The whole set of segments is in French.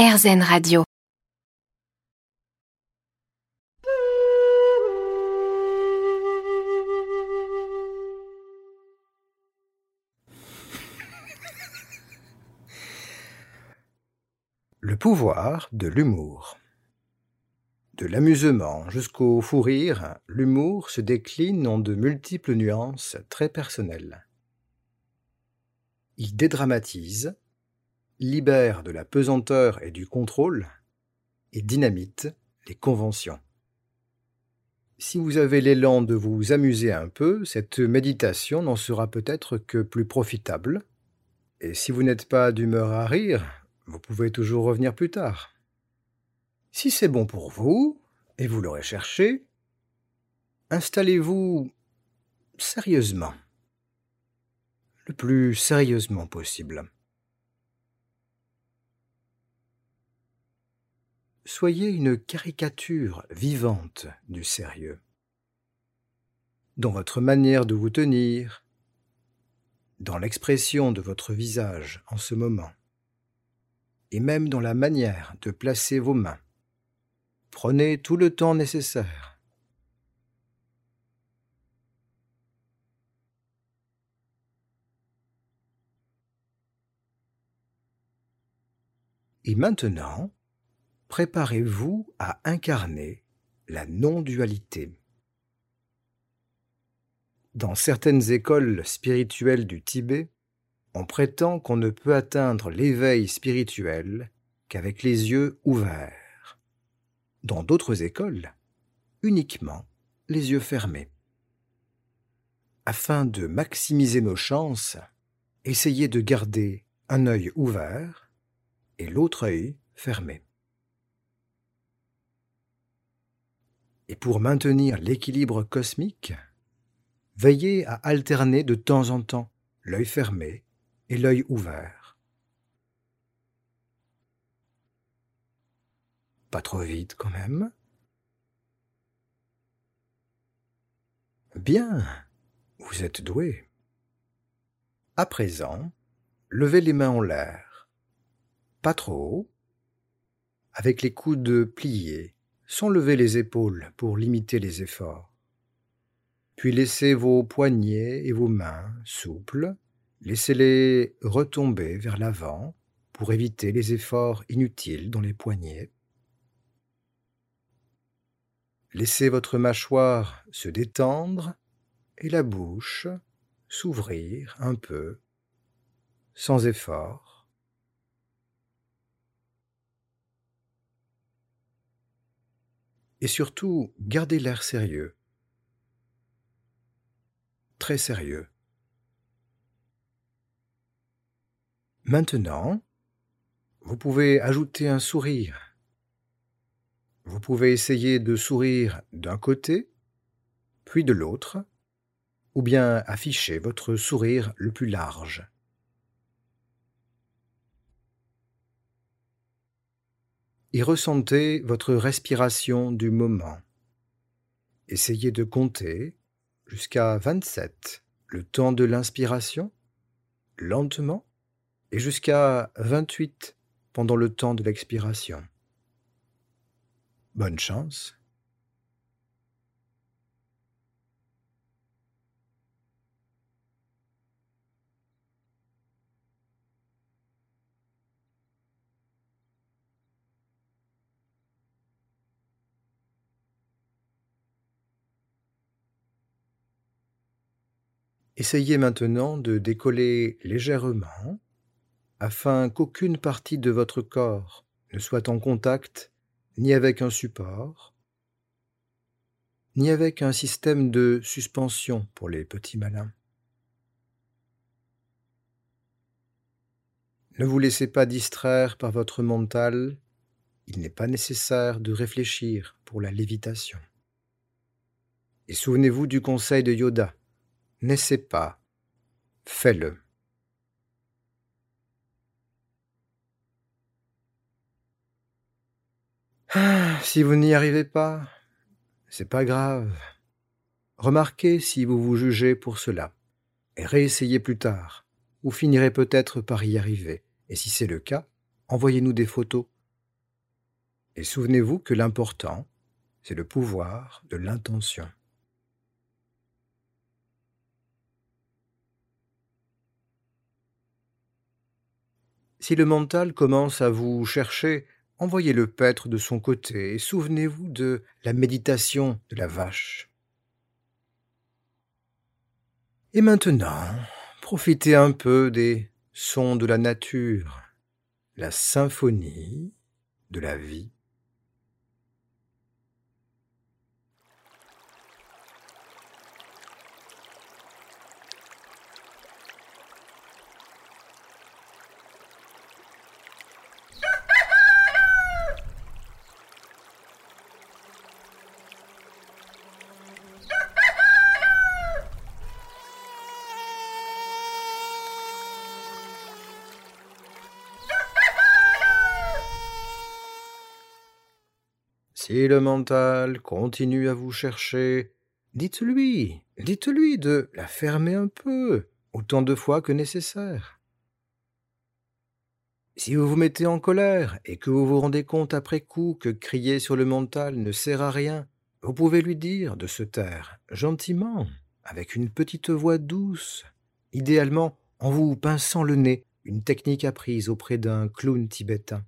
RZN Radio. Le pouvoir de l'humour. De l'amusement jusqu'au fou rire, l'humour se décline en de multiples nuances très personnelles. Il dédramatise, libère de la pesanteur et du contrôle, et dynamite les conventions. Si vous avez l'élan de vous amuser un peu, cette méditation n'en sera peut-être que plus profitable. Et si vous n'êtes pas d'humeur à rire, vous pouvez toujours revenir plus tard. Si c'est bon pour vous, et vous l'aurez cherché, installez-vous sérieusement, le plus sérieusement possible. Soyez une caricature vivante du sérieux. Dans votre manière de vous tenir, dans l'expression de votre visage en ce moment, et même dans la manière de placer vos mains. Prenez tout le temps nécessaire. Et maintenant, préparez-vous à incarner la non-dualité. Dans certaines écoles spirituelles du Tibet, on prétend qu'on ne peut atteindre l'éveil spirituel qu'avec les yeux ouverts. Dans d'autres écoles, uniquement les yeux fermés. Afin de maximiser nos chances, essayez de garder un œil ouvert et l'autre œil fermé. Et pour maintenir l'équilibre cosmique, veillez à alterner de temps en temps l'œil fermé et l'œil ouvert. Pas trop vite quand même. Bien, vous êtes doué. À présent, levez les mains en l'air. Pas trop haut. Avec les coudes pliés, sans lever les épaules pour limiter les efforts. Puis laissez vos poignets et vos mains souples. Laissez-les retomber vers l'avant pour éviter les efforts inutiles dans les poignets. Laissez votre mâchoire se détendre et la bouche s'ouvrir un peu, sans effort. Et surtout, gardez l'air sérieux, très sérieux. Maintenant, vous pouvez ajouter un sourire. Vous pouvez essayer de sourire d'un côté, puis de l'autre, ou bien afficher votre sourire le plus large. Et ressentez votre respiration du moment. Essayez de compter jusqu'à 27, le temps de l'inspiration, lentement, et jusqu'à 28 pendant le temps de l'expiration. Bonne chance. Essayez maintenant de décoller légèrement afin qu'aucune partie de votre corps ne soit en contact ni avec un support, ni avec un système de suspension pour les petits malins. Ne vous laissez pas distraire par votre mental, il n'est pas nécessaire de réfléchir pour la lévitation. Et souvenez-vous du conseil de Yoda, n'essaie pas, fais-le. Si vous n'y arrivez pas, c'est pas grave. Remarquez si vous vous jugez pour cela, et réessayez plus tard. Vous finirez peut-être par y arriver, et si c'est le cas, envoyez-nous des photos Et souvenez-vous que l'important, c'est le pouvoir de l'intention. Si le mental commence à vous chercher, envoyez-le paître de son côté et souvenez-vous de la méditation de la vache. Et maintenant, profitez un peu des sons de la nature, la symphonie de la vie. Si le mental continue à vous chercher, dites-lui de la fermer un peu, autant de fois que nécessaire. Si vous vous mettez en colère et que vous vous rendez compte après coup que crier sur le mental ne sert à rien, vous pouvez lui dire de se taire, gentiment, avec une petite voix douce, idéalement en vous pinçant le nez, une technique apprise auprès d'un clown tibétain.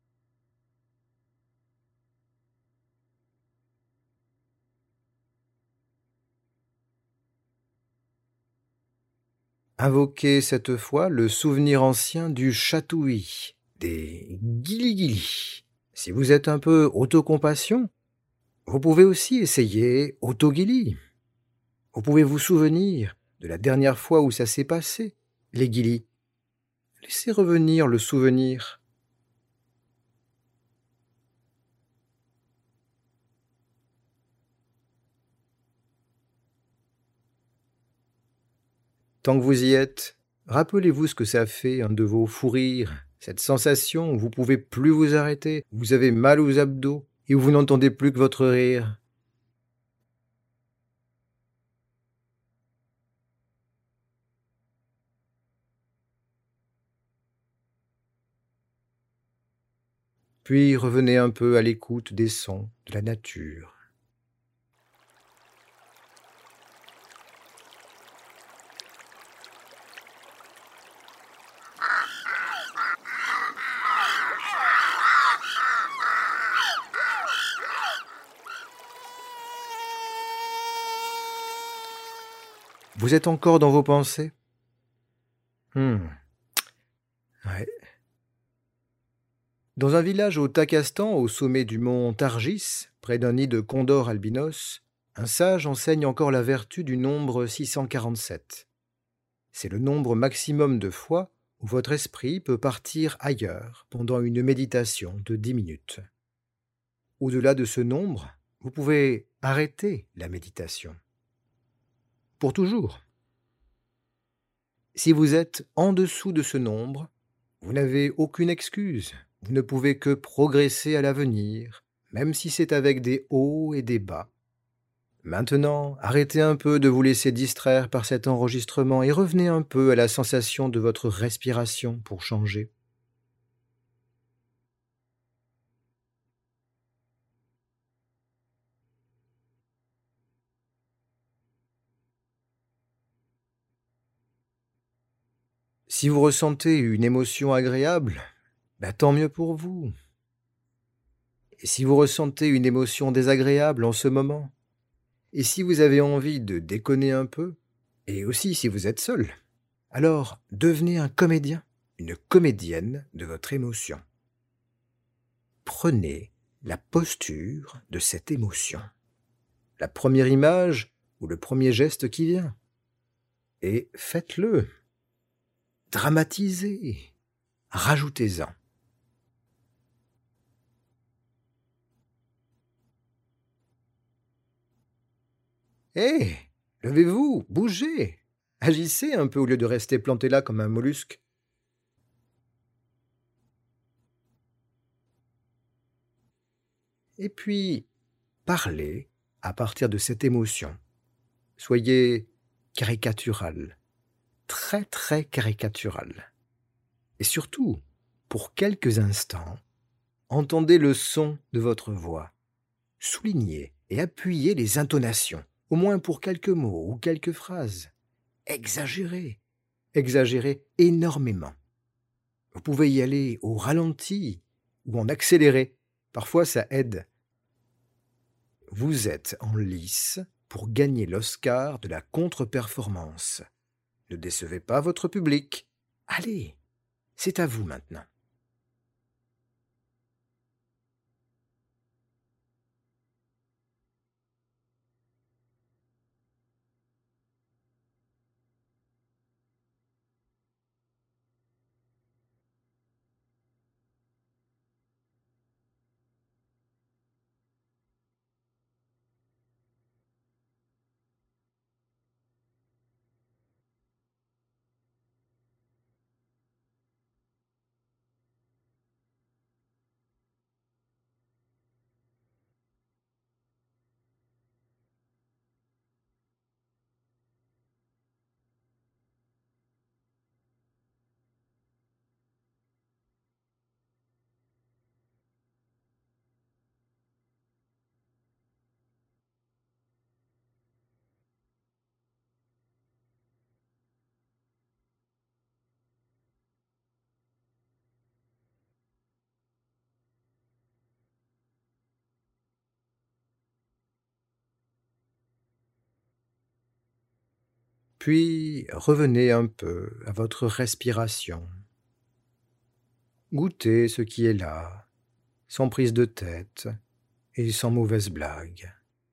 Invoquez cette fois le souvenir ancien du chatouillis, des guili-guili. Si vous êtes un peu autocompassion, vous pouvez aussi essayer autoguili. Vous pouvez vous souvenir de la dernière fois où ça s'est passé, les guilis. Laissez revenir le souvenir. Tant que vous y êtes, rappelez-vous ce que ça fait, un de vos fous rires, cette sensation où vous pouvez plus vous arrêter, vous avez mal aux abdos et où vous n'entendez plus que votre rire. Puis revenez un peu à l'écoute des sons de la nature. Vous êtes encore dans vos pensées? Ouais. Dans un village au Takastan, au sommet du mont Targis, près d'un nid de condors albinos, un sage enseigne encore la vertu du nombre 647. C'est le nombre maximum de fois où votre esprit peut partir ailleurs pendant une méditation de 10 minutes. Au-delà de ce nombre, vous pouvez arrêter la méditation. Pour toujours. Si vous êtes en dessous de ce nombre, vous n'avez aucune excuse. Vous ne pouvez que progresser à l'avenir, même si c'est avec des hauts et des bas. Maintenant, arrêtez un peu de vous laisser distraire par cet enregistrement et revenez un peu à la sensation de votre respiration pour changer. Si vous ressentez une émotion agréable, tant mieux pour vous. Et si vous ressentez une émotion désagréable en ce moment, et si vous avez envie de déconner un peu, et aussi si vous êtes seul, alors devenez un comédien, une comédienne de votre émotion. Prenez la posture de cette émotion, la première image ou le premier geste qui vient, et faites-le. Dramatisez, rajoutez-en. Hé, levez-vous, bougez, agissez un peu au lieu de rester planté là comme un mollusque. Et puis, parlez à partir de cette émotion. Soyez caricatural, très très caricatural. Et surtout, pour quelques instants, Entendez le son de votre voix. Soulignez et appuyez les intonations, au moins pour quelques mots ou quelques phrases. Exagérez, exagérez énormément. Vous pouvez y aller au ralenti ou en accéléré. Parfois, ça aide. Vous êtes en lice pour gagner l'Oscar de la contre-performance. Ne décevez pas votre public. Allez, c'est à vous maintenant. Puis revenez un peu à votre respiration. Goûtez ce qui est là, sans prise de tête et sans mauvaise blague.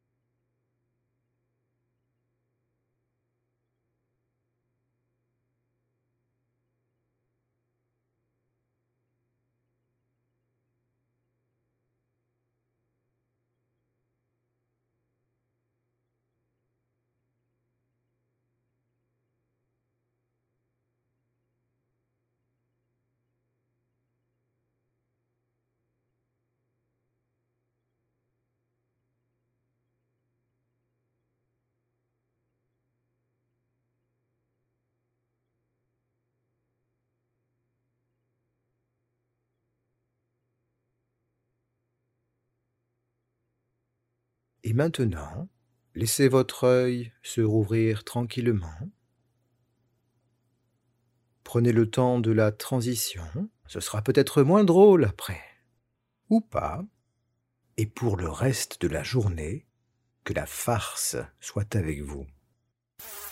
Et maintenant, laissez votre œil se rouvrir tranquillement. Prenez le temps de la transition, ce sera peut-être moins drôle après. Ou pas. Et pour le reste de la journée, que la farce soit avec vous.